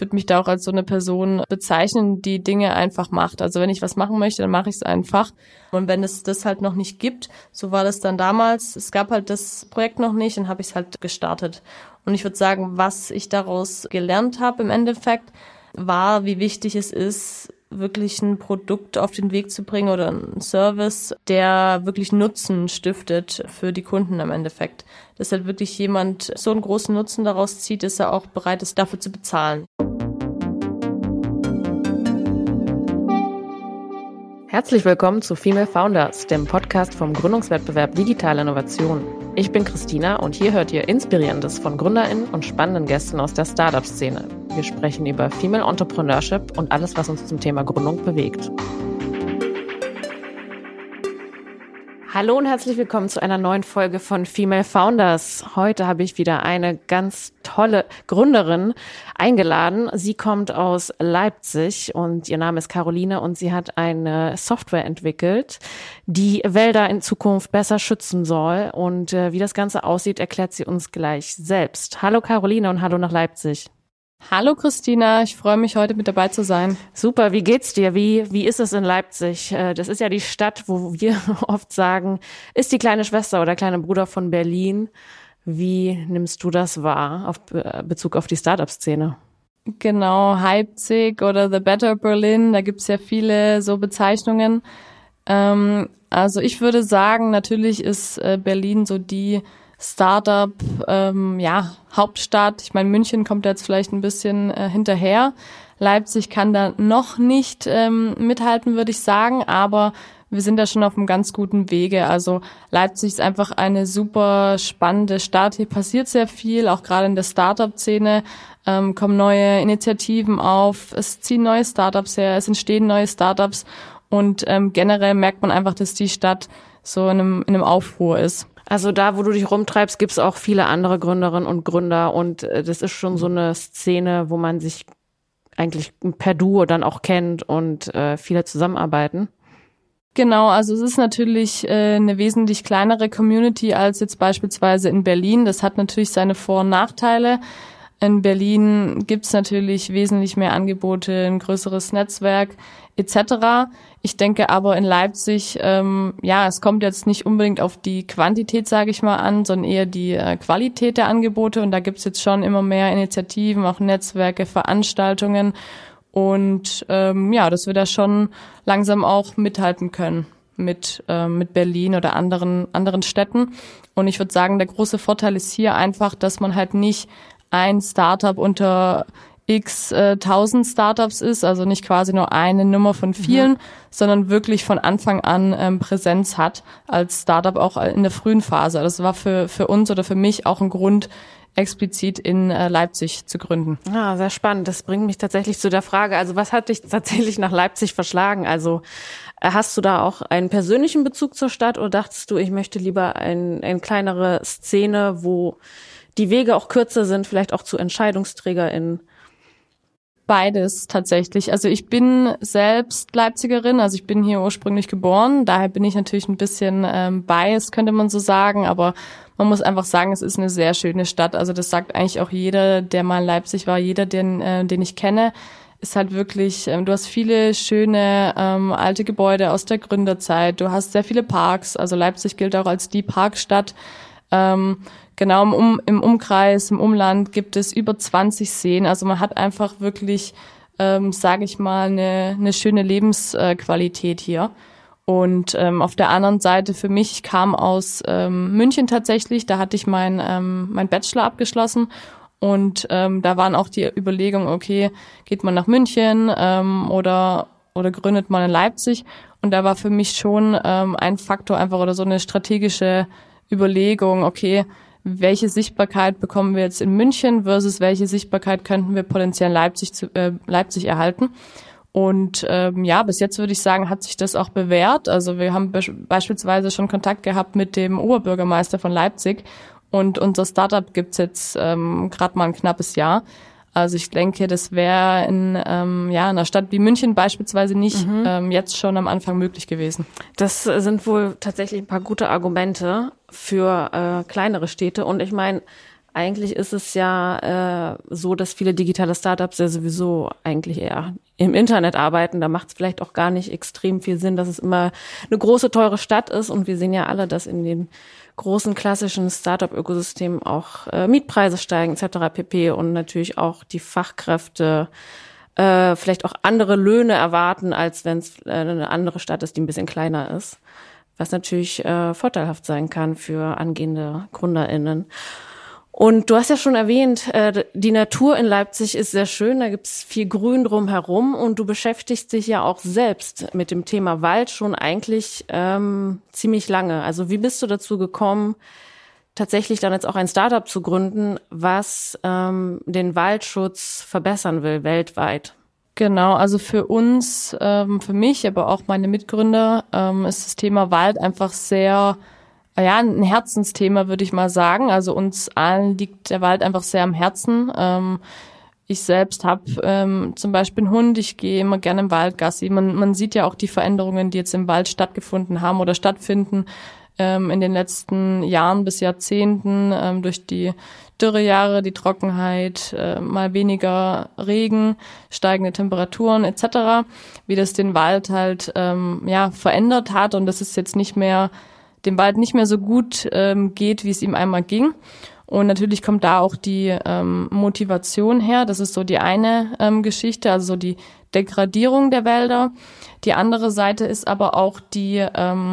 würde mich da auch als so eine Person bezeichnen, die Dinge einfach macht. Also wenn ich was machen möchte, dann mache ich es einfach. Und wenn es das halt noch nicht gibt, so war das dann damals, es gab halt das Projekt noch nicht, dann habe ich es halt gestartet. Und ich würde sagen, was ich daraus gelernt habe im Endeffekt, war, wie wichtig es ist, wirklich ein Produkt auf den Weg zu bringen oder einen Service, der wirklich Nutzen stiftet für die Kunden im Endeffekt. Dass halt wirklich jemand so einen großen Nutzen daraus zieht, dass er auch bereit ist, dafür zu bezahlen. Herzlich willkommen zu Female Founders, dem Podcast vom Gründungswettbewerb Digitale Innovation. Ich bin Christina und hier hört ihr Inspirierendes von GründerInnen und spannenden Gästen aus der Startup-Szene. Wir sprechen über Female Entrepreneurship und alles, was uns zum Thema Gründung bewegt. Hallo und herzlich willkommen zu einer neuen Folge von Female Founders. Heute habe ich wieder eine ganz tolle Gründerin eingeladen. Sie kommt aus Leipzig und ihr Name ist Caroline und sie hat eine Software entwickelt, die Wälder in Zukunft besser schützen soll. Und wie das Ganze aussieht, erklärt sie uns gleich selbst. Hallo Caroline und hallo nach Leipzig. Hallo Christina, ich freue mich, heute mit dabei zu sein. Super, wie geht's dir? Wie ist es in Leipzig? Das ist ja die Stadt, wo wir oft sagen, ist die kleine Schwester oder kleine Bruder von Berlin. Wie nimmst du das wahr auf Bezug auf die Startup-Szene? Genau, Leipzig oder The Better Berlin, da gibt's ja viele so Bezeichnungen. Also ich würde sagen, natürlich ist Berlin so die Startup, Hauptstadt. Ich meine, München kommt jetzt vielleicht ein bisschen hinterher. Leipzig kann da noch nicht mithalten, würde ich sagen, aber wir sind da schon auf einem ganz guten Wege. Also Leipzig ist einfach eine super spannende Stadt. Hier passiert sehr viel, auch gerade in der Startup-Szene kommen neue Initiativen auf. Es ziehen neue Startups her, es entstehen neue Startups und generell merkt man einfach, dass die Stadt so in einem Aufruhr ist. Also da, wo du dich rumtreibst, gibt's auch viele andere Gründerinnen und Gründer und das ist schon so eine Szene, wo man sich eigentlich per Duo dann auch kennt und viele zusammenarbeiten. Genau, also es ist natürlich eine wesentlich kleinere Community als jetzt beispielsweise in Berlin. Das hat natürlich seine Vor- und Nachteile. In Berlin gibt's natürlich wesentlich mehr Angebote, ein größeres Netzwerk etc. Ich denke aber in Leipzig, es kommt jetzt nicht unbedingt auf die Quantität, sage ich mal, an, sondern eher die Qualität der Angebote. Und da gibt's jetzt schon immer mehr Initiativen, auch Netzwerke, Veranstaltungen. Und dass wir da schon langsam auch mithalten können mit Berlin oder anderen Städten. Und ich würde sagen, der große Vorteil ist hier einfach, dass man halt nicht ein Startup unter x 1000 Startups ist, also nicht quasi nur eine Nummer von vielen, sondern wirklich von Anfang an Präsenz hat als Startup auch in der frühen Phase. Das war für uns oder für mich auch ein Grund, explizit in Leipzig zu gründen. Ja, sehr spannend. Das bringt mich tatsächlich zu der Frage, also was hat dich tatsächlich nach Leipzig verschlagen? Also hast du da auch einen persönlichen Bezug zur Stadt oder dachtest du, ich möchte lieber eine kleinere Szene, wo die Wege auch kürzer sind, vielleicht auch zu EntscheidungsträgerInnen? Beides tatsächlich. Also ich bin selbst Leipzigerin, also ich bin hier ursprünglich geboren, daher bin ich natürlich ein bisschen biased, könnte man so sagen, aber man muss einfach sagen, es ist eine sehr schöne Stadt. Also das sagt eigentlich auch jeder, der mal in Leipzig war, jeder, den ich kenne, ist halt wirklich, du hast viele schöne alte Gebäude aus der Gründerzeit, du hast sehr viele Parks, also Leipzig gilt auch als die Parkstadt. Genau, im Umkreis, im Umland gibt es über 20 Seen. Also man hat einfach wirklich, sage ich mal, eine schöne Lebensqualität hier. Und auf der anderen Seite für mich, ich kam aus München tatsächlich, da hatte ich mein Bachelor abgeschlossen. Und da waren auch die Überlegungen, okay, geht man nach München oder gründet man in Leipzig? Und da war für mich schon ein Faktor einfach oder so eine strategische Überlegung, okay, welche Sichtbarkeit bekommen wir jetzt in München versus welche Sichtbarkeit könnten wir potenziell in Leipzig erhalten. Und bis jetzt würde ich sagen, hat sich das auch bewährt. Also wir haben beispielsweise schon Kontakt gehabt mit dem Oberbürgermeister von Leipzig und unser Startup gibt's jetzt gerade mal ein knappes Jahr. Also ich denke, das wäre in einer Stadt wie München beispielsweise nicht jetzt schon am Anfang möglich gewesen. Das sind wohl tatsächlich ein paar gute Argumente für kleinere Städte. Und ich meine, Eigentlich ist es ja so, dass viele digitale Startups ja sowieso eigentlich eher im Internet arbeiten. Da macht es vielleicht auch gar nicht extrem viel Sinn, dass es immer eine große, teure Stadt ist. Und wir sehen ja alle, dass in den großen klassischen Startup-Ökosystemen auch Mietpreise steigen etc. pp. Und natürlich auch die Fachkräfte vielleicht auch andere Löhne erwarten, als wenn es eine andere Stadt ist, die ein bisschen kleiner ist. Was natürlich vorteilhaft sein kann für angehende GründerInnen. Und du hast ja schon erwähnt, die Natur in Leipzig ist sehr schön, da gibt's viel Grün drumherum und du beschäftigst dich ja auch selbst mit dem Thema Wald schon eigentlich ziemlich lange. Also wie bist du dazu gekommen, tatsächlich dann jetzt auch ein Startup zu gründen, was den Waldschutz verbessern will, weltweit? Genau, also für uns, für mich, aber auch meine Mitgründer, ist das Thema Wald einfach sehr, ja, ein Herzensthema, würde ich mal sagen. Also uns allen liegt der Wald einfach sehr am Herzen. Ich selbst habe zum Beispiel einen Hund, ich gehe immer gerne im Wald Gassi. Man sieht ja auch die Veränderungen, die jetzt im Wald stattgefunden haben oder stattfinden in den letzten Jahren bis Jahrzehnten durch die Dürrejahre, die Trockenheit, mal weniger Regen, steigende Temperaturen etc., wie das den Wald halt verändert hat und das ist jetzt dem Wald nicht mehr so gut geht, wie es ihm einmal ging. Und natürlich kommt da auch die Motivation her. Das ist so die eine Geschichte, also so die Degradierung der Wälder. Die andere Seite ist aber auch die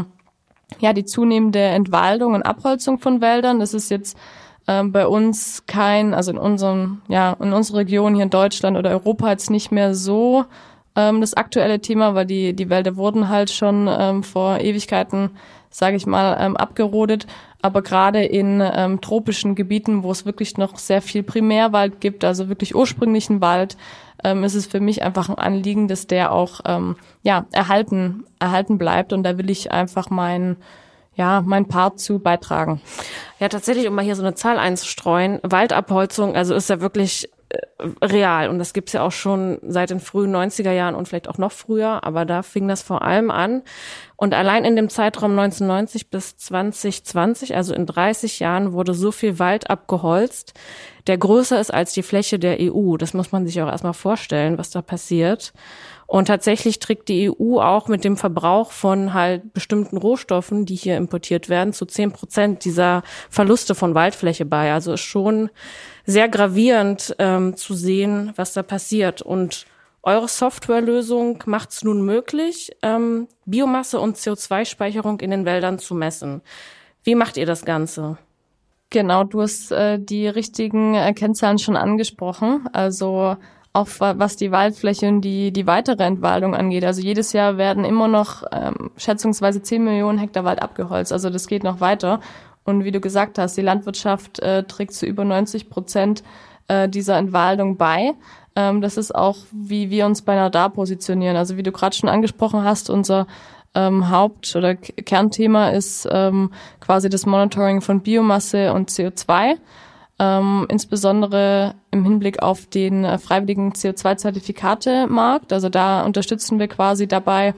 zunehmende Entwaldung und Abholzung von Wäldern. Das ist jetzt bei uns also in unserer Region hier in Deutschland oder Europa jetzt nicht mehr so das aktuelle Thema, weil die Wälder wurden halt schon vor Ewigkeiten, sage ich mal, abgerodet. Aber gerade in tropischen Gebieten, wo es wirklich noch sehr viel Primärwald gibt, also wirklich ursprünglichen Wald, ist es für mich einfach ein Anliegen, dass der auch erhalten bleibt. Und da will ich einfach mein Part zu beitragen. Ja, tatsächlich, um mal hier so eine Zahl einzustreuen, Waldabholzung, also ist ja wirklich real. Und das gibt's ja auch schon seit den frühen 90er Jahren und vielleicht auch noch früher, aber da fing das vor allem an. Und allein in dem Zeitraum 1990 bis 2020, also in 30 Jahren, wurde so viel Wald abgeholzt, der größer ist als die Fläche der EU. Das muss man sich auch erstmal vorstellen, was da passiert. Und tatsächlich trägt die EU auch mit dem Verbrauch von halt bestimmten Rohstoffen, die hier importiert werden, zu 10% dieser Verluste von Waldfläche bei. Also ist schon sehr gravierend zu sehen, was da passiert. Und eure Softwarelösung macht es nun möglich, Biomasse und CO2-Speicherung in den Wäldern zu messen. Wie macht ihr das Ganze? Genau, du hast die richtigen Kennzahlen schon angesprochen. Also auch was die Waldfläche und die weitere Entwaldung angeht. Also jedes Jahr werden immer noch schätzungsweise 10 Millionen Hektar Wald abgeholzt. Also das geht noch weiter. Und wie du gesagt hast, die Landwirtschaft trägt zu über 90% dieser Entwaldung bei. Das ist auch, wie wir uns bei Nadar positionieren. Also wie du gerade schon angesprochen hast, unser Haupt- oder Kernthema ist quasi das Monitoring von Biomasse und CO2. Insbesondere im Hinblick auf den freiwilligen CO2-Zertifikate-Markt. Also da unterstützen wir quasi dabei,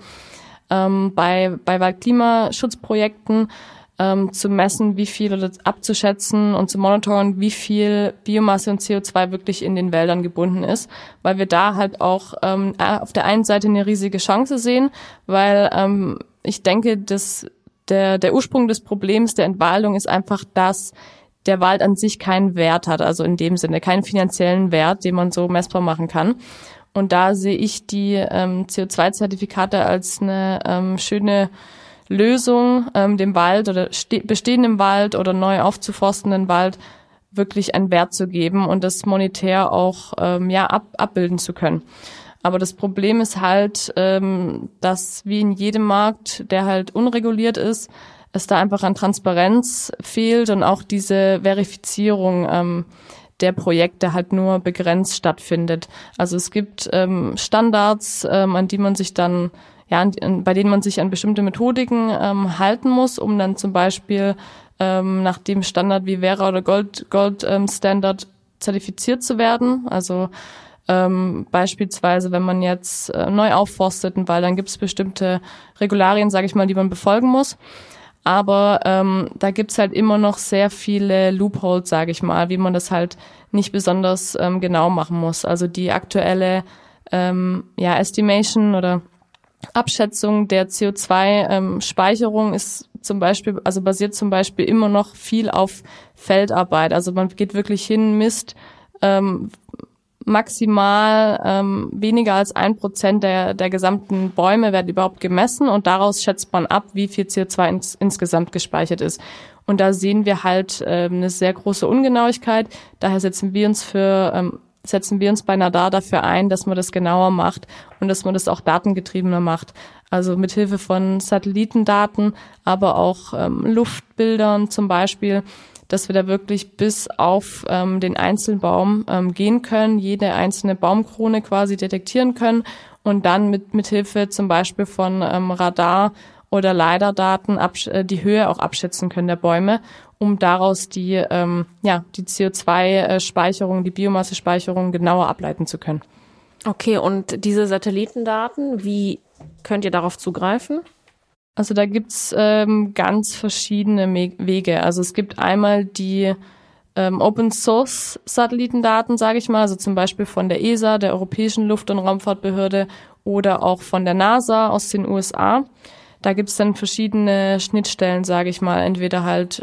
bei Waldklimaschutzprojekten zu messen, wie viel oder abzuschätzen und zu monitoren, wie viel Biomasse und CO2 wirklich in den Wäldern gebunden ist, weil wir da halt auch auf der einen Seite eine riesige Chance sehen, weil ich denke, dass der Ursprung des Problems der Entwaldung ist einfach, dass der Wald an sich keinen Wert hat, also in dem Sinne keinen finanziellen Wert, den man so messbar machen kann. Und da sehe ich die CO2-Zertifikate als eine schöne Lösung, dem Wald oder bestehendem Wald oder neu aufzuforstenden Wald wirklich einen Wert zu geben und das monetär auch abbilden zu können. Aber das Problem ist halt, dass wie in jedem Markt, der halt unreguliert ist, es da einfach an Transparenz fehlt und auch diese Verifizierung der Projekte halt nur begrenzt stattfindet. Also es gibt Standards, an die man sich dann bei denen man sich an bestimmte Methodiken halten muss, um dann zum Beispiel nach dem Standard wie Verra oder Gold Standard zertifiziert zu werden. Also beispielsweise, wenn man jetzt neu aufforstet einen Wald, dann gibt es bestimmte Regularien, sage ich mal, die man befolgen muss. Aber da gibt's halt immer noch sehr viele Loopholes, sage ich mal, wie man das halt nicht besonders genau machen muss. Also die aktuelle Estimation oder Abschätzung der CO2-Speicherung ist zum Beispiel, also basiert zum Beispiel immer noch viel auf Feldarbeit. Also man geht wirklich hin, misst maximal weniger als 1% der gesamten Bäume werden überhaupt gemessen und daraus schätzt man ab, wie viel CO2 insgesamt gespeichert ist. Und da sehen wir halt eine sehr große Ungenauigkeit. Daher setzen wir uns bei Nadar dafür ein, dass man das genauer macht und dass man das auch datengetriebener macht. Also mit Hilfe von Satellitendaten, aber auch Luftbildern zum Beispiel, dass wir da wirklich bis auf den Einzelbaum gehen können, jede einzelne Baumkrone quasi detektieren können und dann mit Hilfe zum Beispiel von Radar- oder LiDAR-Daten die Höhe auch abschätzen können der Bäume, um daraus die CO2-Speicherung, die Biomassespeicherung genauer ableiten zu können. Okay, und diese Satellitendaten, wie könnt ihr darauf zugreifen? Also da gibt's ganz verschiedene Wege. Also es gibt einmal die Open-Source-Satellitendaten, sage ich mal, also zum Beispiel von der ESA, der Europäischen Luft- und Raumfahrtbehörde, oder auch von der NASA aus den USA. Da gibt's dann verschiedene Schnittstellen, sage ich mal, entweder halt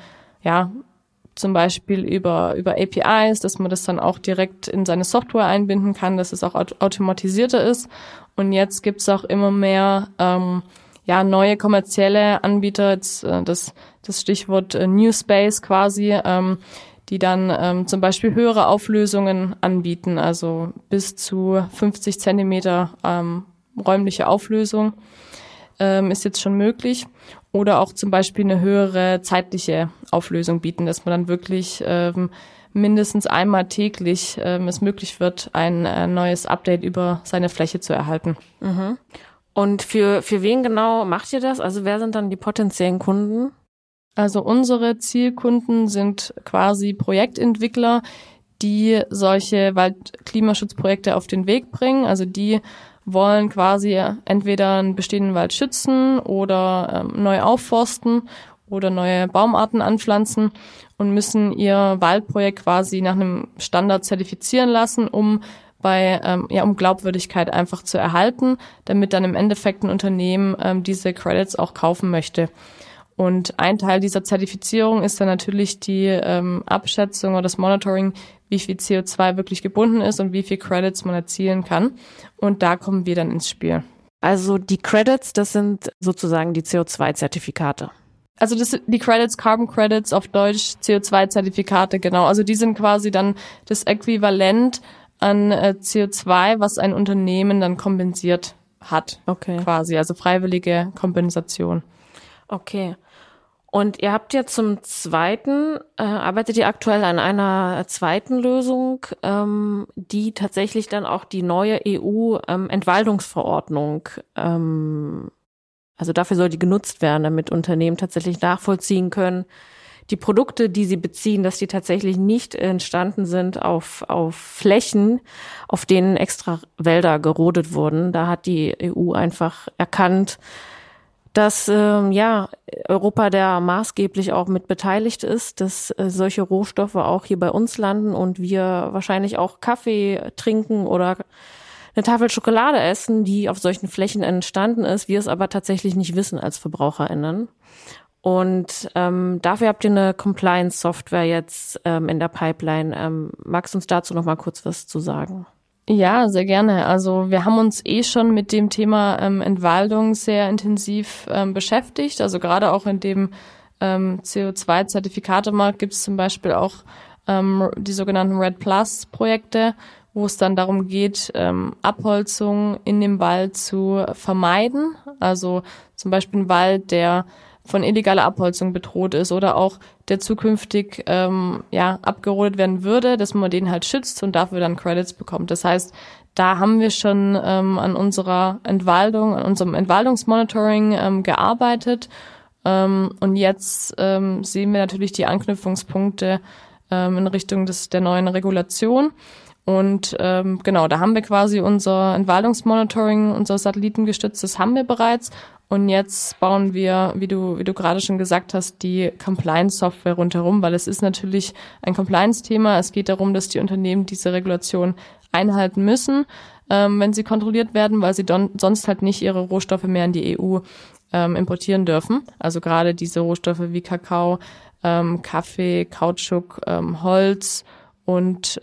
zum Beispiel über APIs, dass man das dann auch direkt in seine Software einbinden kann, dass es auch automatisierter ist. Und jetzt gibt's auch immer mehr neue kommerzielle Anbieter, jetzt das Stichwort New Space quasi, die dann zum Beispiel höhere Auflösungen anbieten, also bis zu 50 Zentimeter räumliche Auflösung ist jetzt schon möglich. Oder auch zum Beispiel eine höhere zeitliche Auflösung bieten, dass man dann wirklich mindestens einmal täglich es möglich wird, ein neues Update über seine Fläche zu erhalten. Mhm. Und für wen genau macht ihr das? Also wer sind dann die potenziellen Kunden? Also unsere Zielkunden sind quasi Projektentwickler, die solche Waldklimaschutzprojekte auf den Weg bringen. Also die wollen quasi entweder einen bestehenden Wald schützen oder neu aufforsten oder neue Baumarten anpflanzen und müssen ihr Waldprojekt quasi nach einem Standard zertifizieren lassen, um Glaubwürdigkeit einfach zu erhalten, damit dann im Endeffekt ein Unternehmen diese Credits auch kaufen möchte. Und ein Teil dieser Zertifizierung ist dann natürlich die Abschätzung oder das Monitoring, wie viel CO2 wirklich gebunden ist und wie viel Credits man erzielen kann. Und da kommen wir dann ins Spiel. Also die Credits, das sind sozusagen die CO2-Zertifikate. Also die Credits, Carbon Credits, auf Deutsch CO2-Zertifikate, genau. Also die sind quasi dann das Äquivalent an CO2, was ein Unternehmen dann kompensiert hat. Okay. Quasi, also freiwillige Kompensation. Okay. Und ihr habt ja zum Zweiten, arbeitet ihr aktuell an einer zweiten Lösung, die tatsächlich dann auch die neue EU-Entwaldungsverordnung, also dafür soll die genutzt werden, damit Unternehmen tatsächlich nachvollziehen können, die Produkte, die sie beziehen, dass die tatsächlich nicht entstanden sind auf Flächen, auf denen extra Wälder gerodet wurden. Da hat die EU einfach erkannt, dass Europa da maßgeblich auch mit beteiligt ist, dass solche Rohstoffe auch hier bei uns landen und wir wahrscheinlich auch Kaffee trinken oder eine Tafel Schokolade essen, die auf solchen Flächen entstanden ist, wir es aber tatsächlich nicht wissen als VerbraucherInnen. Und dafür habt ihr eine Compliance-Software jetzt in der Pipeline. Magst du uns dazu noch mal kurz was zu sagen? Ja, sehr gerne. Also wir haben uns schon mit dem Thema Entwaldung sehr intensiv beschäftigt. Also gerade auch in dem CO2-Zertifikatemarkt gibt es zum Beispiel auch die sogenannten REDD Plus Projekte, wo es dann darum geht, Abholzung in dem Wald zu vermeiden. Also zum Beispiel ein Wald, der von illegaler Abholzung bedroht ist oder auch der zukünftig abgerodet werden würde, dass man den halt schützt und dafür dann Credits bekommt. Das heißt, da haben wir schon an unserer Entwaldung, an unserem Entwaldungsmonitoring gearbeitet. Und jetzt sehen wir natürlich die Anknüpfungspunkte in Richtung der neuen Regulation. Und da haben wir quasi unser Entwaldungsmonitoring, unser Satellitengestütztes haben wir bereits. Und jetzt bauen wir, wie du gerade schon gesagt hast, die Compliance-Software rundherum, weil es ist natürlich ein Compliance-Thema. Es geht darum, dass die Unternehmen diese Regulation einhalten müssen, wenn sie kontrolliert werden, weil sie sonst halt nicht ihre Rohstoffe mehr in die EU importieren dürfen. Also gerade diese Rohstoffe wie Kakao, Kaffee, Kautschuk, Holz und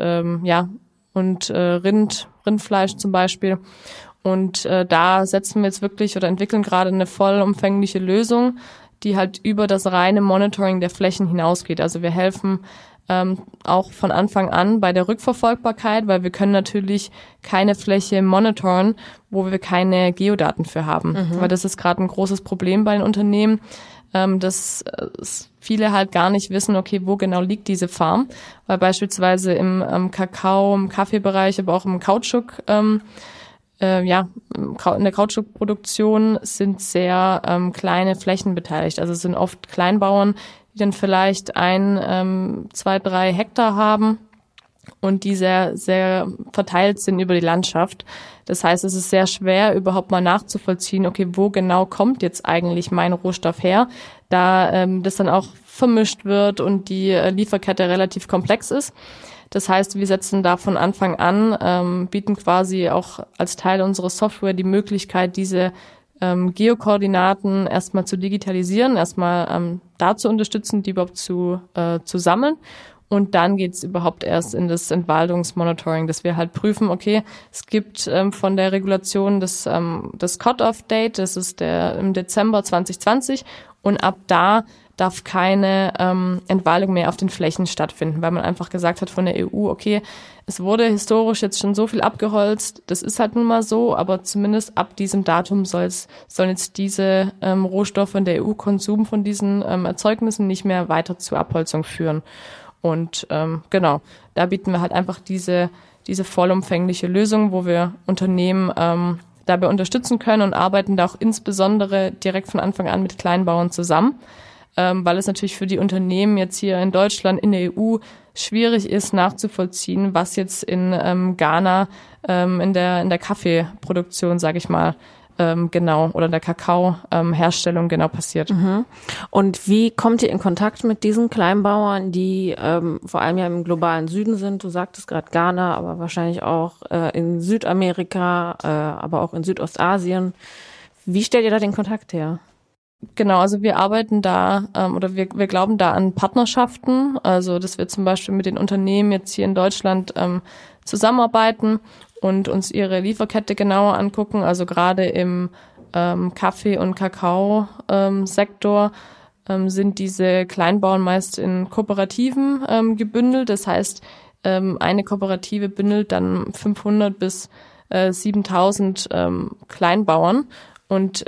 Rindfleisch zum Beispiel. Und da setzen wir jetzt wirklich oder entwickeln gerade eine vollumfängliche Lösung, die halt über das reine Monitoring der Flächen hinausgeht. Also wir helfen auch von Anfang an bei der Rückverfolgbarkeit, weil wir können natürlich keine Fläche monitoren, wo wir keine Geodaten für haben. Weil das ist gerade ein großes Problem bei den Unternehmen, dass viele halt gar nicht wissen, okay, wo genau liegt diese Farm. Weil beispielsweise im Kakao, im Kaffeebereich, aber auch im Kautschuk, in der Kautschukproduktion sind sehr kleine Flächen beteiligt. Also es sind oft Kleinbauern, die dann vielleicht 2, 3 Hektar haben und die sehr, sehr verteilt sind über die Landschaft. Das heißt, es ist sehr schwer, überhaupt mal nachzuvollziehen, okay, wo genau kommt jetzt eigentlich mein Rohstoff her, da das dann auch vermischt wird und die Lieferkette relativ komplex ist. Das heißt, wir setzen da von Anfang an, bieten quasi auch als Teil unserer Software die Möglichkeit, diese Geokoordinaten erstmal zu digitalisieren, erstmal da zu unterstützen, die überhaupt zu sammeln. Und dann geht's überhaupt erst in das Entwaldungsmonitoring, dass wir halt prüfen, okay, es gibt von der Regulation das Cut-off-Date, das ist im Dezember 2020 und ab da darf keine Entwaldung mehr auf den Flächen stattfinden, weil man einfach gesagt hat von der EU, okay, es wurde historisch jetzt schon so viel abgeholzt, das ist halt nun mal so, aber zumindest ab diesem Datum sollen jetzt diese Rohstoffe und der EU-Konsum von diesen Erzeugnissen nicht mehr weiter zur Abholzung führen. Und genau, da bieten wir halt einfach diese vollumfängliche Lösung, wo wir Unternehmen dabei unterstützen können und arbeiten da auch insbesondere direkt von Anfang an mit Kleinbauern zusammen, weil es natürlich für die Unternehmen jetzt hier in Deutschland, in der EU schwierig ist nachzuvollziehen, was jetzt in Ghana in der Kaffeeproduktion, sage ich mal, genau, oder in der Kakao-Herstellung genau passiert. Und wie kommt ihr in Kontakt mit diesen Kleinbauern, die vor allem ja im globalen Süden sind? Du sagtest gerade Ghana, aber wahrscheinlich auch in Südamerika, aber auch in Südostasien. Wie stellt ihr da den Kontakt her? Genau, also wir arbeiten da wir glauben da an Partnerschaften, also dass wir zum Beispiel mit den Unternehmen jetzt hier in Deutschland zusammenarbeiten und uns ihre Lieferkette genauer angucken. Also gerade im Kaffee- und Kakao-Sektor sind diese Kleinbauern meist in Kooperativen gebündelt. Das heißt, eine Kooperative bündelt dann 500 bis 7.000 Kleinbauern und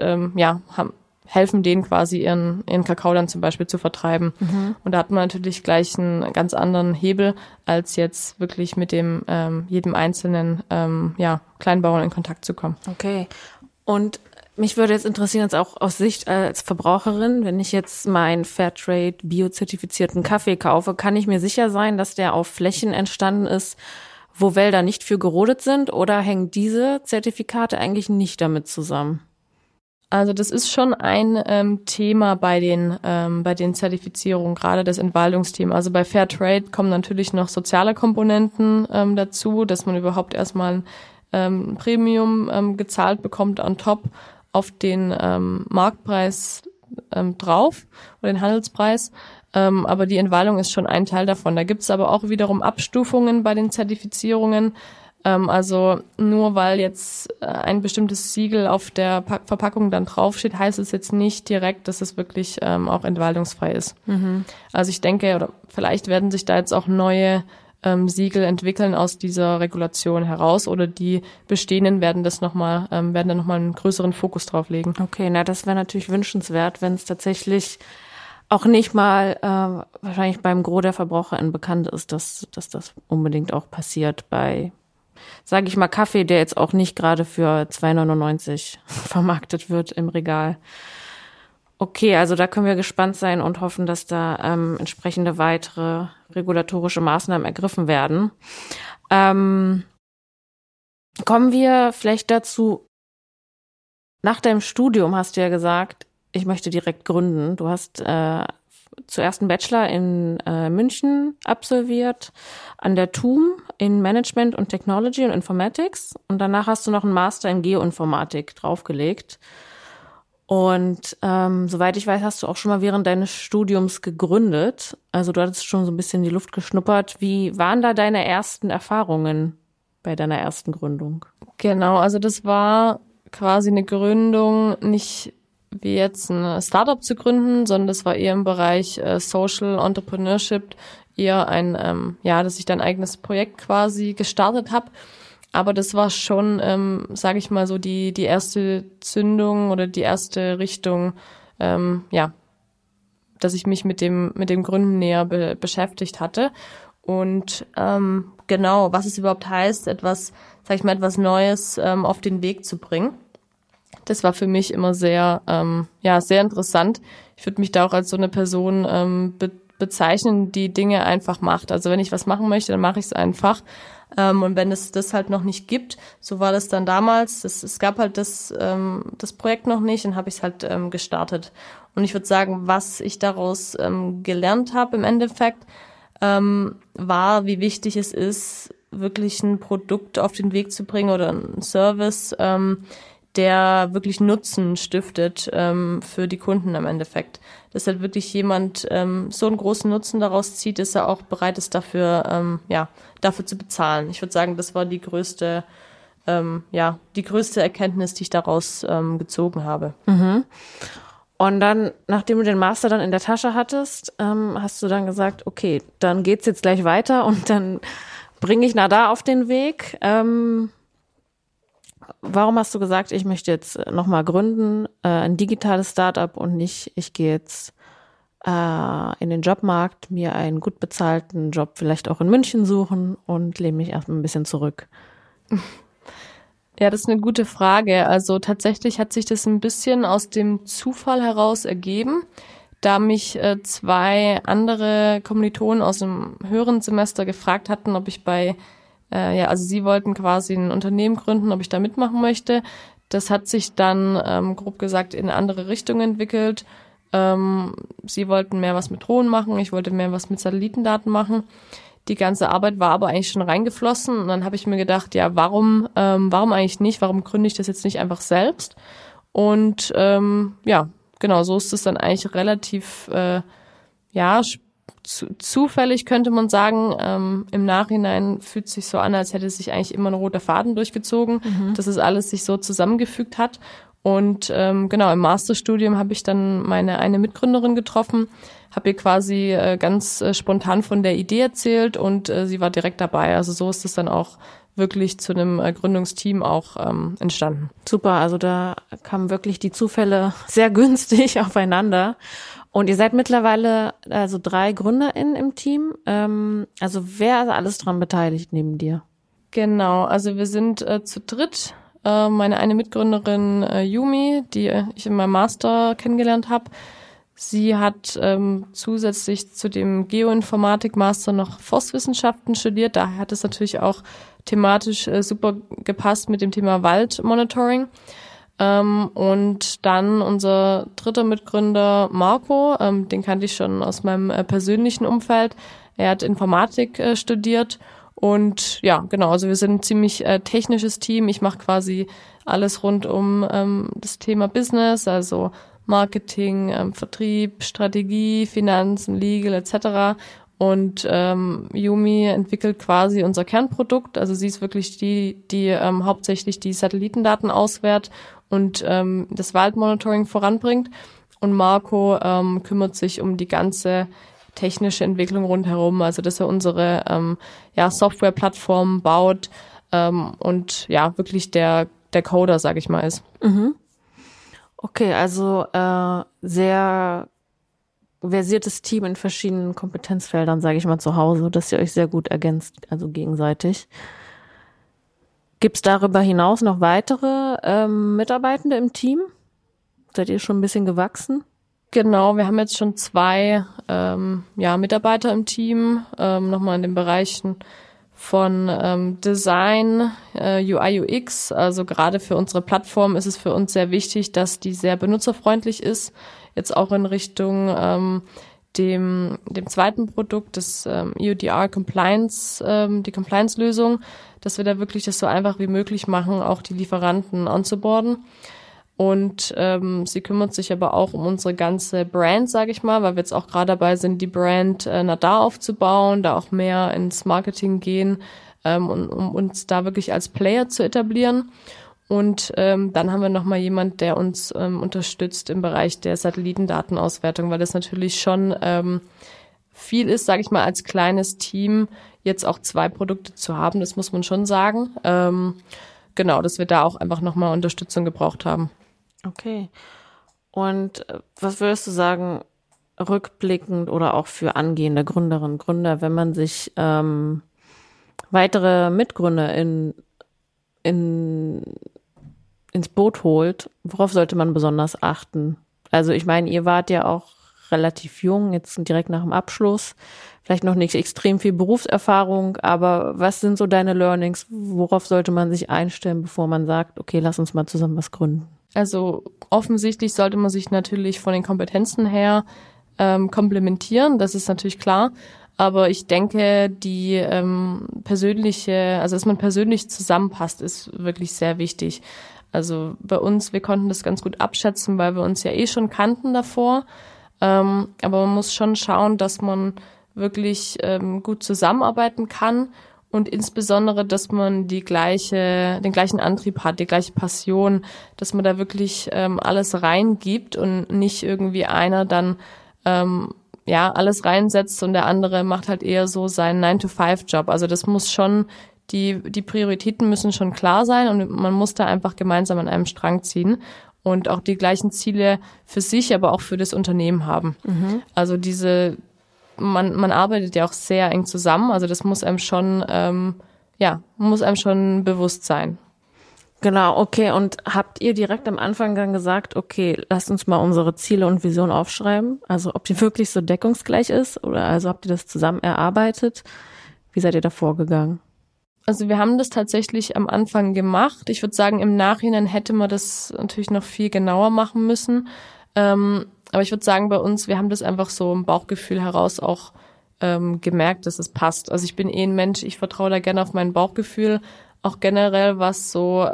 helfen denen quasi ihren Kakao dann zum Beispiel zu vertreiben. Und da hat man natürlich gleich einen ganz anderen Hebel, als jetzt wirklich mit dem jedem einzelnen Kleinbauern in Kontakt zu kommen. Okay. Und mich würde jetzt interessieren, jetzt auch aus Sicht als Verbraucherin, wenn ich jetzt meinen Fairtrade biozertifizierten Kaffee kaufe, kann ich mir sicher sein, dass der auf Flächen entstanden ist, wo Wälder nicht für gerodet sind, oder hängen diese Zertifikate eigentlich nicht damit zusammen? Also das ist schon ein Thema bei den Zertifizierungen, gerade das Entwaldungsthema. Also bei Fairtrade kommen natürlich noch soziale Komponenten dazu, dass man überhaupt erstmal ein Premium gezahlt bekommt on top auf den Marktpreis drauf oder den Handelspreis. Aber die Entwaldung ist schon ein Teil davon. Da gibt's aber auch wiederum Abstufungen bei den Zertifizierungen. Also nur weil jetzt ein bestimmtes Siegel auf der Verpackung dann draufsteht, heißt es jetzt nicht direkt, dass es wirklich auch entwaldungsfrei ist. Also ich denke, oder vielleicht werden sich da jetzt auch neue Siegel entwickeln aus dieser Regulation heraus, oder die bestehenden werden dann nochmal einen größeren Fokus drauf legen. Okay, na, das wäre natürlich wünschenswert, wenn es tatsächlich auch nicht mal wahrscheinlich beim Gros der VerbraucherInnen bekannt ist, dass das unbedingt auch passiert bei, sage ich mal, Kaffee, der jetzt auch nicht gerade für 2,99 vermarktet wird im Regal. Okay, also da können wir gespannt sein und hoffen, dass da entsprechende weitere regulatorische Maßnahmen ergriffen werden. Kommen wir vielleicht dazu, Nach deinem Studium hast du ja gesagt, ich möchte direkt gründen. Du hast zuerst einen Bachelor in München absolviert, an der TUM in Management und Technology und Informatics. Und danach hast du noch einen Master in Geoinformatik draufgelegt. Und soweit ich weiß, hast du auch schon mal während deines Studiums gegründet. Also du hattest schon so ein bisschen die Luft geschnuppert. Wie waren da deine ersten Erfahrungen bei deiner ersten Gründung? Genau, also das war quasi eine Gründung, nicht wie jetzt ein Startup zu gründen, sondern das war eher im Bereich Social Entrepreneurship, eher dass ich dann ein eigenes Projekt quasi gestartet habe. Aber das war schon, sage ich mal so, die erste Zündung oder die erste Richtung, dass ich mich mit dem Gründen näher beschäftigt hatte. Und genau, was es überhaupt heißt, etwas Neues auf den Weg zu bringen. Das war für mich immer sehr interessant. Ich würde mich da auch als so eine Person bezeichnen, die Dinge einfach macht. Also wenn ich was machen möchte, dann mache ich es einfach. Und wenn es das halt noch nicht gibt, so war das dann damals, es gab halt das Projekt noch nicht, dann habe ich es halt gestartet. Und ich würde sagen, was ich daraus gelernt habe im Endeffekt, war, wie wichtig es ist, wirklich ein Produkt auf den Weg zu bringen oder einen Service, der wirklich Nutzen stiftet für die Kunden im Endeffekt. Dass halt wirklich jemand so einen großen Nutzen daraus zieht, dass er auch bereit ist, dafür zu bezahlen. Ich würde sagen, das war die größte Erkenntnis, die ich daraus gezogen habe. Mhm. Und dann, nachdem du den Master dann in der Tasche hattest, hast du dann gesagt, okay, dann geht's jetzt gleich weiter und dann bringe ich Nada auf den Weg. Warum hast du gesagt, ich möchte jetzt nochmal gründen, ein digitales Startup und nicht, ich gehe jetzt in den Jobmarkt, mir einen gut bezahlten Job vielleicht auch in München suchen und lehne mich erstmal ein bisschen zurück? Ja, das ist eine gute Frage. Also tatsächlich hat sich das ein bisschen aus dem Zufall heraus ergeben, da mich 2 andere Kommilitonen aus dem höheren Semester gefragt hatten, ob ich also sie wollten quasi ein Unternehmen gründen, ob ich da mitmachen möchte. Das hat sich dann, grob gesagt, in eine andere Richtung entwickelt. Sie wollten mehr was mit Drohnen machen, ich wollte mehr was mit Satellitendaten machen. Die ganze Arbeit war aber eigentlich schon reingeflossen und dann habe ich mir gedacht, ja, warum eigentlich nicht? Warum gründe ich das jetzt nicht einfach selbst? Und genau, so ist es dann eigentlich relativ zufällig, könnte man sagen. Im Nachhinein fühlt es sich so an, als hätte sich eigentlich immer ein roter Faden durchgezogen, dass es alles sich so zusammengefügt hat. Und im Masterstudium habe ich dann meine eine Mitgründerin getroffen, habe ihr quasi ganz spontan von der Idee erzählt und sie war direkt dabei. Also so ist es dann auch wirklich zu einem Gründungsteam auch entstanden. Super, also da kamen wirklich die Zufälle sehr günstig aufeinander. Und ihr seid mittlerweile also 3 GründerInnen im Team. Also wer ist alles dran beteiligt neben dir? Genau, also wir sind zu dritt. Meine eine Mitgründerin Yumi, die ich in meinem Master kennengelernt habe. Sie hat zusätzlich zu dem Geoinformatik-Master noch Forstwissenschaften studiert. Daher hat es natürlich auch thematisch super gepasst mit dem Thema Waldmonitoring. Und dann unser dritter Mitgründer Marco, den kannte ich schon aus meinem persönlichen Umfeld. Er hat Informatik studiert. Und ja, genau, also wir sind ein ziemlich technisches Team. Ich mache quasi alles rund um das Thema Business, also Marketing, Vertrieb, Strategie, Finanzen, Legal etc. Und Yumi entwickelt quasi unser Kernprodukt. Also sie ist wirklich die hauptsächlich die Satellitendaten auswertet und das Waldmonitoring voranbringt. Und Marco kümmert sich um die ganze technische Entwicklung rundherum, also dass er unsere Softwareplattform baut und ja wirklich der Coder, sage ich mal, ist. Mhm. Okay, also sehr versiertes Team in verschiedenen Kompetenzfeldern, sage ich mal, zu Hause, dass ihr euch sehr gut ergänzt, also gegenseitig. Gibt es darüber hinaus noch weitere Mitarbeitende im Team? Seid ihr schon ein bisschen gewachsen? Genau, wir haben jetzt schon 2 Mitarbeiter im Team, nochmal in den Bereichen von Design, UI, UX. Also gerade für unsere Plattform ist es für uns sehr wichtig, dass die sehr benutzerfreundlich ist. Jetzt auch in Richtung dem zweiten Produkt, das EUDR Compliance, die Compliance-Lösung, dass wir da wirklich das so einfach wie möglich machen, auch die Lieferanten onzuboarden. Und sie kümmert sich aber auch um unsere ganze Brand, sage ich mal, weil wir jetzt auch gerade dabei sind, die Brand Nadar aufzubauen, da auch mehr ins Marketing gehen, um uns da wirklich als Player zu etablieren. Und dann haben wir nochmal jemand, der uns unterstützt im Bereich der Satellitendatenauswertung, weil das natürlich schon viel ist, sage ich mal, als kleines Team jetzt auch 2 Produkte zu haben, das muss man schon sagen. Genau, dass wir da auch einfach nochmal Unterstützung gebraucht haben. Okay. Und was würdest du sagen, rückblickend oder auch für angehende Gründerinnen und Gründer, wenn man sich weitere Mitgründer ins Boot holt, worauf sollte man besonders achten? Also ich meine, ihr wart ja auch relativ jung, jetzt direkt nach dem Abschluss, vielleicht noch nicht extrem viel Berufserfahrung, aber was sind so deine Learnings? Worauf sollte man sich einstellen, bevor man sagt, okay, lass uns mal zusammen was gründen? Also offensichtlich sollte man sich natürlich von den Kompetenzen her komplementieren, das ist natürlich klar. Aber ich denke, die dass man persönlich zusammenpasst, ist wirklich sehr wichtig. Also bei uns, wir konnten das ganz gut abschätzen, weil wir uns ja schon kannten davor. Aber man muss schon schauen, dass man wirklich gut zusammenarbeiten kann und insbesondere, dass man den gleichen Antrieb hat, die gleiche Passion, dass man da wirklich alles reingibt und nicht irgendwie einer dann alles reinsetzt und der andere macht halt eher so seinen 9-to-5-Job. Also das muss schon, die Prioritäten müssen schon klar sein und man muss da einfach gemeinsam an einem Strang ziehen und auch die gleichen Ziele für sich, aber auch für das Unternehmen haben. Mhm. Also man arbeitet ja auch sehr eng zusammen, also das muss einem schon, bewusst sein. Genau, okay. Und habt ihr direkt am Anfang dann gesagt, okay, lasst uns mal unsere Ziele und Vision aufschreiben? Also ob die wirklich so deckungsgleich ist oder also habt ihr das zusammen erarbeitet? Wie seid ihr da vorgegangen? Also wir haben das tatsächlich am Anfang gemacht. Ich würde sagen, im Nachhinein hätte man das natürlich noch viel genauer machen müssen. Aber ich würde sagen, bei uns, wir haben das einfach so im Bauchgefühl heraus auch gemerkt, dass es passt. Also ich bin ein Mensch, ich vertraue da gerne auf mein Bauchgefühl, auch generell, was so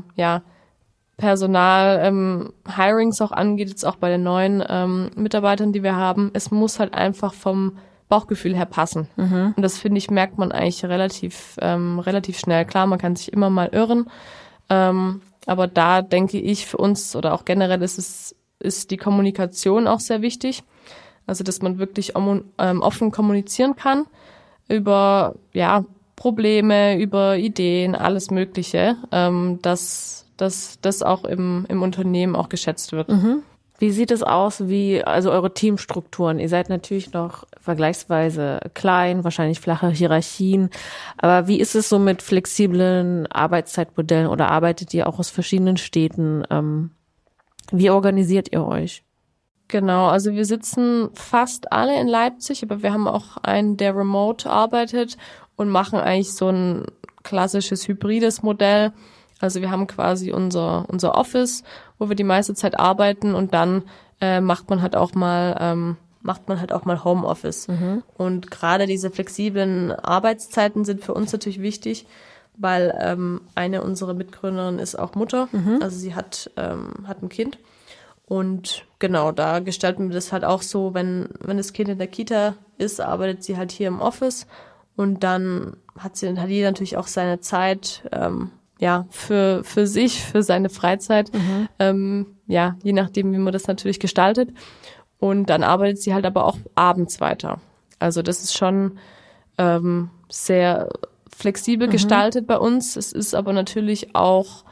Personal, Hirings auch angeht, jetzt auch bei den neuen Mitarbeitern, die wir haben. Es muss halt einfach vom Bauchgefühl her passen. Mhm. Und das, finde ich, merkt man eigentlich relativ schnell. Klar, man kann sich immer mal irren, aber da denke ich, für uns oder auch generell ist die Kommunikation auch sehr wichtig. Also, dass man wirklich offen kommunizieren kann über, Probleme, über Ideen, alles Mögliche, dass das auch im Unternehmen auch geschätzt wird. Mhm. Wie sieht es aus, also eure Teamstrukturen? Ihr seid natürlich noch vergleichsweise klein, wahrscheinlich flache Hierarchien, aber wie ist es so mit flexiblen Arbeitszeitmodellen oder arbeitet ihr auch aus verschiedenen Städten? Wie organisiert ihr euch? Genau, also wir sitzen fast alle in Leipzig, aber wir haben auch einen, der remote arbeitet und machen eigentlich so ein klassisches hybrides Modell. Also wir haben quasi unser Office, wo wir die meiste Zeit arbeiten und dann macht man halt auch mal Homeoffice. Mhm. Und gerade diese flexiblen Arbeitszeiten sind für uns natürlich wichtig, weil eine unserer Mitgründerinnen ist auch Mutter, also sie hat ein Kind. Und genau, da gestalten wir das halt auch so, wenn das Kind in der Kita ist, arbeitet sie halt hier im Office und dann hat jeder natürlich auch seine Zeit, für sich, für seine Freizeit, je nachdem, wie man das natürlich gestaltet. Und dann arbeitet sie halt aber auch abends weiter. Also das ist schon sehr flexibel gestaltet bei uns. Es ist aber natürlich auch,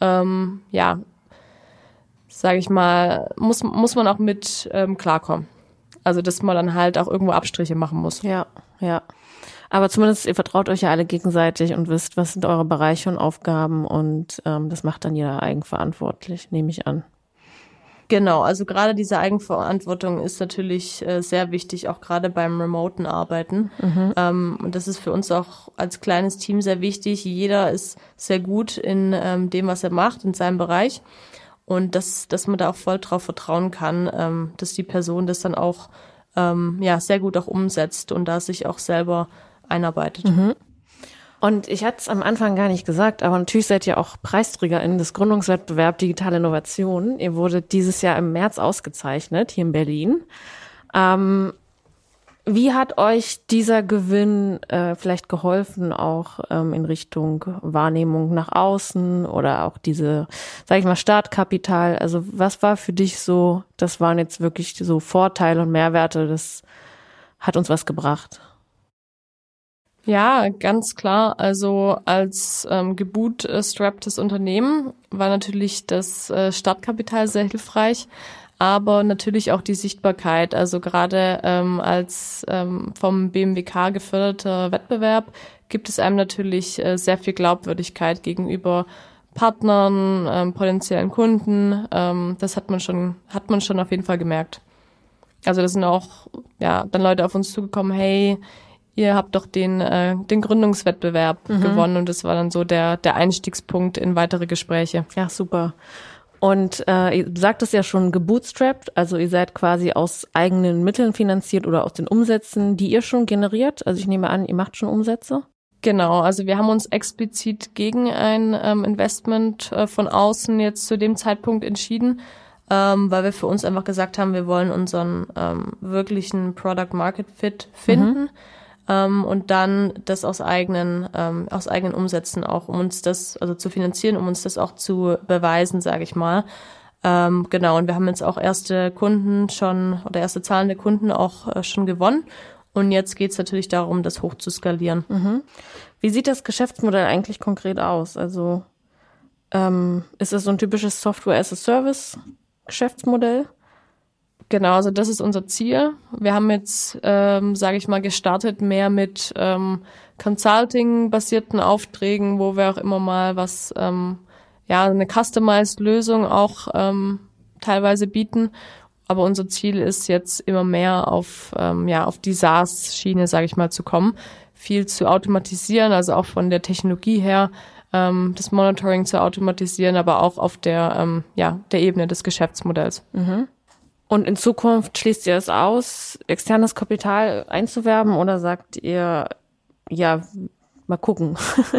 sage ich mal, muss man auch mit klarkommen. Also dass man dann halt auch irgendwo Abstriche machen muss. Ja. Aber zumindest ihr vertraut euch ja alle gegenseitig und wisst, was sind eure Bereiche und Aufgaben und das macht dann jeder eigenverantwortlich, nehme ich an. Genau, also gerade diese Eigenverantwortung ist natürlich sehr wichtig, auch gerade beim remoten Arbeiten. Und das ist für uns auch als kleines Team sehr wichtig. Jeder ist sehr gut in dem, was er macht, in seinem Bereich. Und dass man da auch voll drauf vertrauen kann, dass die Person das dann auch sehr gut auch umsetzt und da sich auch selber einarbeitet. Und ich hatte es am Anfang gar nicht gesagt, aber natürlich seid ihr auch PreisträgerInnen des Gründungswettbewerbs Digitale Innovation. Ihr wurdet dieses Jahr im März ausgezeichnet, hier in Berlin. Wie hat euch dieser Gewinn vielleicht geholfen, auch in Richtung Wahrnehmung nach außen oder auch diese, sag ich mal, Startkapital? Also was war für dich so, das waren jetzt wirklich so Vorteile und Mehrwerte, das hat uns was gebracht? Ja, ganz klar. Also als gebootstrapptes Unternehmen war natürlich das Startkapital sehr hilfreich, aber natürlich auch die Sichtbarkeit. Also gerade als vom BMWK geförderter Wettbewerb gibt es einem natürlich sehr viel Glaubwürdigkeit gegenüber Partnern, potenziellen Kunden. Das hat man schon auf jeden Fall gemerkt. Also das sind auch dann Leute auf uns zugekommen, hey, ihr habt doch den Gründungswettbewerb gewonnen, und das war dann so der Einstiegspunkt in weitere Gespräche. Ja, super. Und ihr sagt es ja schon gebootstrapped, also ihr seid quasi aus eigenen Mitteln finanziert oder aus den Umsätzen, die ihr schon generiert. Also ich nehme an, ihr macht schon Umsätze? Genau, also wir haben uns explizit gegen ein Investment von außen jetzt zu dem Zeitpunkt entschieden, weil wir für uns einfach gesagt haben, wir wollen unseren wirklichen Product Market Fit finden. Und dann das aus eigenen Umsätzen auch, um uns das also zu finanzieren, um uns das auch zu beweisen, sage ich mal. Genau, und wir haben jetzt auch erste zahlende Kunden auch schon gewonnen. Und jetzt geht's natürlich darum, das hoch zu skalieren. Wie sieht das Geschäftsmodell eigentlich konkret aus? Also ist es so ein typisches Software-as-a-Service-Geschäftsmodell? Genau, also das ist unser Ziel. Wir haben jetzt, sage ich mal, gestartet mehr mit Consulting-basierten Aufträgen, wo wir auch immer mal eine Customized-Lösung auch teilweise bieten. Aber unser Ziel ist jetzt immer mehr auf die SaaS-Schiene, sage ich mal, zu kommen, viel zu automatisieren, also auch von der Technologie her, das Monitoring zu automatisieren, aber auch auf der Ebene des Geschäftsmodells. Und in Zukunft schließt ihr es aus, externes Kapital einzuwerben, oder sagt ihr, ja, mal gucken?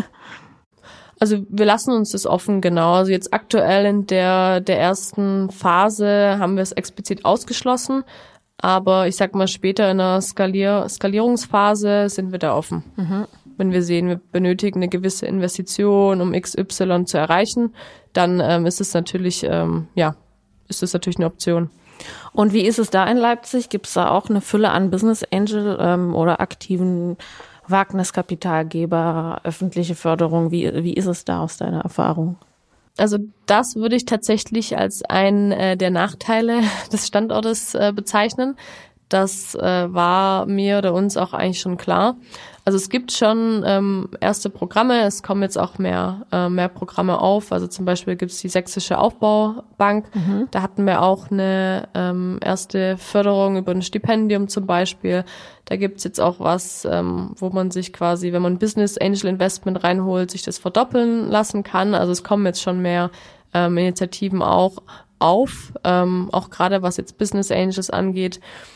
Also wir lassen uns das offen, genau. Also jetzt aktuell in der ersten Phase haben wir es explizit ausgeschlossen, aber ich sag mal später in der Skalierungsphase sind wir da offen. Wenn wir sehen, wir benötigen eine gewisse Investition, um XY zu erreichen, dann ist es natürlich eine Option. Und wie ist es da in Leipzig? Gibt es da auch eine Fülle an Business Angel oder aktiven Wagniskapitalgeber, öffentliche Förderung? Wie ist es da aus deiner Erfahrung? Also das würde ich tatsächlich als einen der Nachteile des Standortes bezeichnen. Das war mir oder uns auch eigentlich schon klar. Also es gibt schon erste Programme, es kommen jetzt auch mehr Programme auf. Also zum Beispiel gibt es die Sächsische Aufbaubank. Da hatten wir auch eine erste Förderung über ein Stipendium zum Beispiel. Da gibt's jetzt auch was, wo man sich quasi, wenn man Business Angel Investment reinholt, sich das verdoppeln lassen kann. Also es kommen jetzt schon mehr Initiativen auch auf, auch gerade was jetzt Business Angels angeht.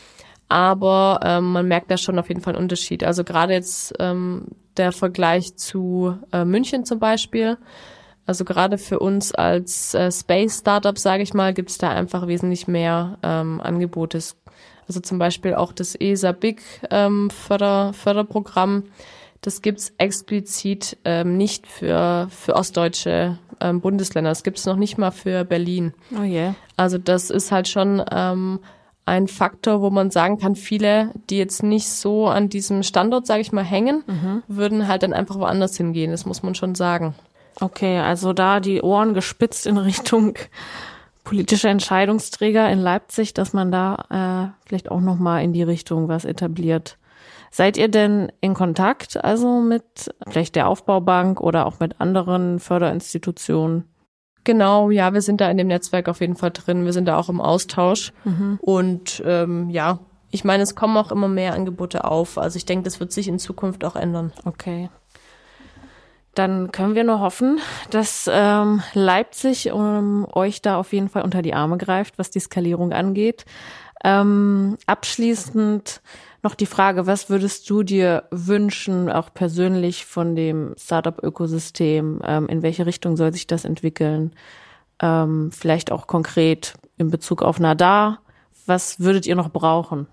Aber man merkt da schon auf jeden Fall einen Unterschied. Also gerade jetzt der Vergleich zu München zum Beispiel. Also gerade für uns als Space-Startup, sage ich mal, gibt es da einfach wesentlich mehr Angebote. Also zum Beispiel auch das ESA-BIG Förderprogramm. Das gibt's explizit nicht für ostdeutsche Bundesländer. Das gibt's noch nicht mal für Berlin. Oh yeah. Also das ist halt schon ein Faktor, wo man sagen kann, viele, die jetzt nicht so an diesem Standort, sage ich mal, hängen, würden halt dann einfach woanders hingehen. Das muss man schon sagen. Okay, also da die Ohren gespitzt in Richtung politische Entscheidungsträger in Leipzig, dass man da vielleicht auch nochmal in die Richtung was etabliert. Seid ihr denn in Kontakt also mit vielleicht der Aufbaubank oder auch mit anderen Förderinstitutionen? Genau, ja, wir sind da in dem Netzwerk auf jeden Fall drin. Wir sind da auch im Austausch. Und ich meine, es kommen auch immer mehr Angebote auf. Also ich denke, das wird sich in Zukunft auch ändern. Okay. Dann können wir nur hoffen, dass Leipzig euch da auf jeden Fall unter die Arme greift, was die Skalierung angeht. Abschließend noch die Frage, was würdest du dir wünschen, auch persönlich von dem Startup-Ökosystem? In welche Richtung soll sich das entwickeln? Vielleicht auch konkret in Bezug auf Nadar. Was würdet ihr noch brauchen?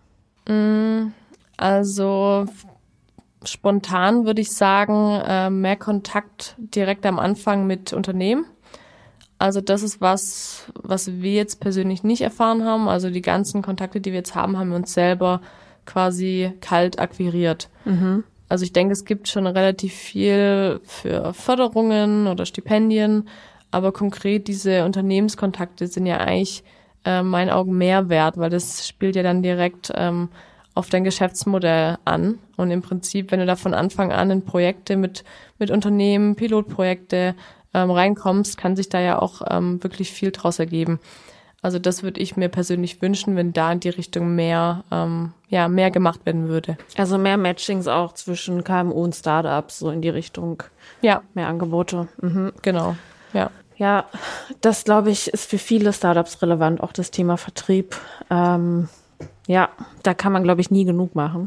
Also spontan würde ich sagen, mehr Kontakt direkt am Anfang mit Unternehmen. Also das ist was wir jetzt persönlich nicht erfahren haben. Also die ganzen Kontakte, die wir jetzt haben, haben wir uns selber quasi kalt akquiriert. Also ich denke, es gibt schon relativ viel für Förderungen oder Stipendien, aber konkret diese Unternehmenskontakte sind ja eigentlich meinen Augen mehr wert, weil das spielt ja dann direkt auf dein Geschäftsmodell an. Und im Prinzip, wenn du da von Anfang an in Projekte mit Unternehmen, Pilotprojekte reinkommst, kann sich da ja auch wirklich viel draus ergeben. Also das würde ich mir persönlich wünschen, wenn da in die Richtung mehr gemacht werden würde. Also mehr Matchings auch zwischen KMU und Startups, so in die Richtung. Ja. Mehr Angebote. Genau, ja. Ja, das, glaube ich, ist für viele Startups relevant, auch das Thema Vertrieb. Ja, da kann man, glaube ich, nie genug machen.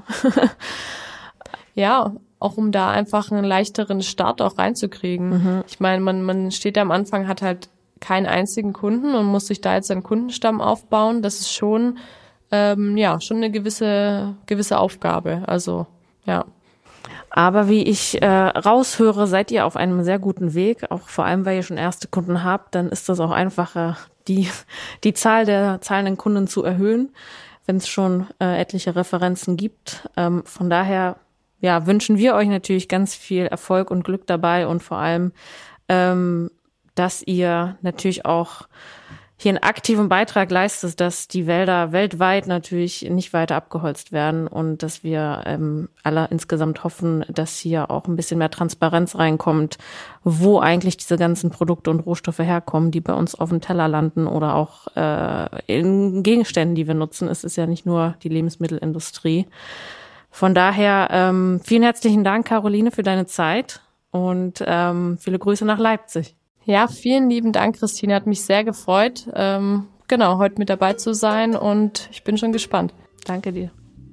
Ja, auch um da einfach einen leichteren Start auch reinzukriegen. Ich meine, man steht da am Anfang, hat halt keinen einzigen Kunden und muss sich da jetzt einen Kundenstamm aufbauen. Das ist schon schon eine gewisse Aufgabe. Also, ja. Aber wie ich raushöre, seid ihr auf einem sehr guten Weg. Auch vor allem, weil ihr schon erste Kunden habt, dann ist das auch einfacher, die Zahl der zahlenden Kunden zu erhöhen, wenn es schon etliche Referenzen gibt. Von daher wünschen wir euch natürlich ganz viel Erfolg und Glück dabei und vor allem, dass ihr natürlich auch hier einen aktiven Beitrag leistet, dass die Wälder weltweit natürlich nicht weiter abgeholzt werden und dass wir alle insgesamt hoffen, dass hier auch ein bisschen mehr Transparenz reinkommt, wo eigentlich diese ganzen Produkte und Rohstoffe herkommen, die bei uns auf dem Teller landen oder auch in Gegenständen, die wir nutzen. Es ist ja nicht nur die Lebensmittelindustrie. Von daher vielen herzlichen Dank, Caroline, für deine Zeit und viele Grüße nach Leipzig. Ja, vielen lieben Dank, Christine. Hat mich sehr gefreut, heute mit dabei zu sein und ich bin schon gespannt. Danke dir.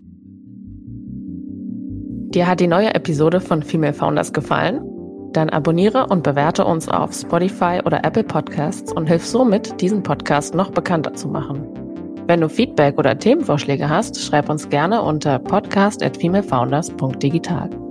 Dir hat die neue Episode von Female Founders gefallen? Dann abonniere und bewerte uns auf Spotify oder Apple Podcasts und hilf somit, diesen Podcast noch bekannter zu machen. Wenn du Feedback oder Themenvorschläge hast, schreib uns gerne unter podcast@femalefounders.digital.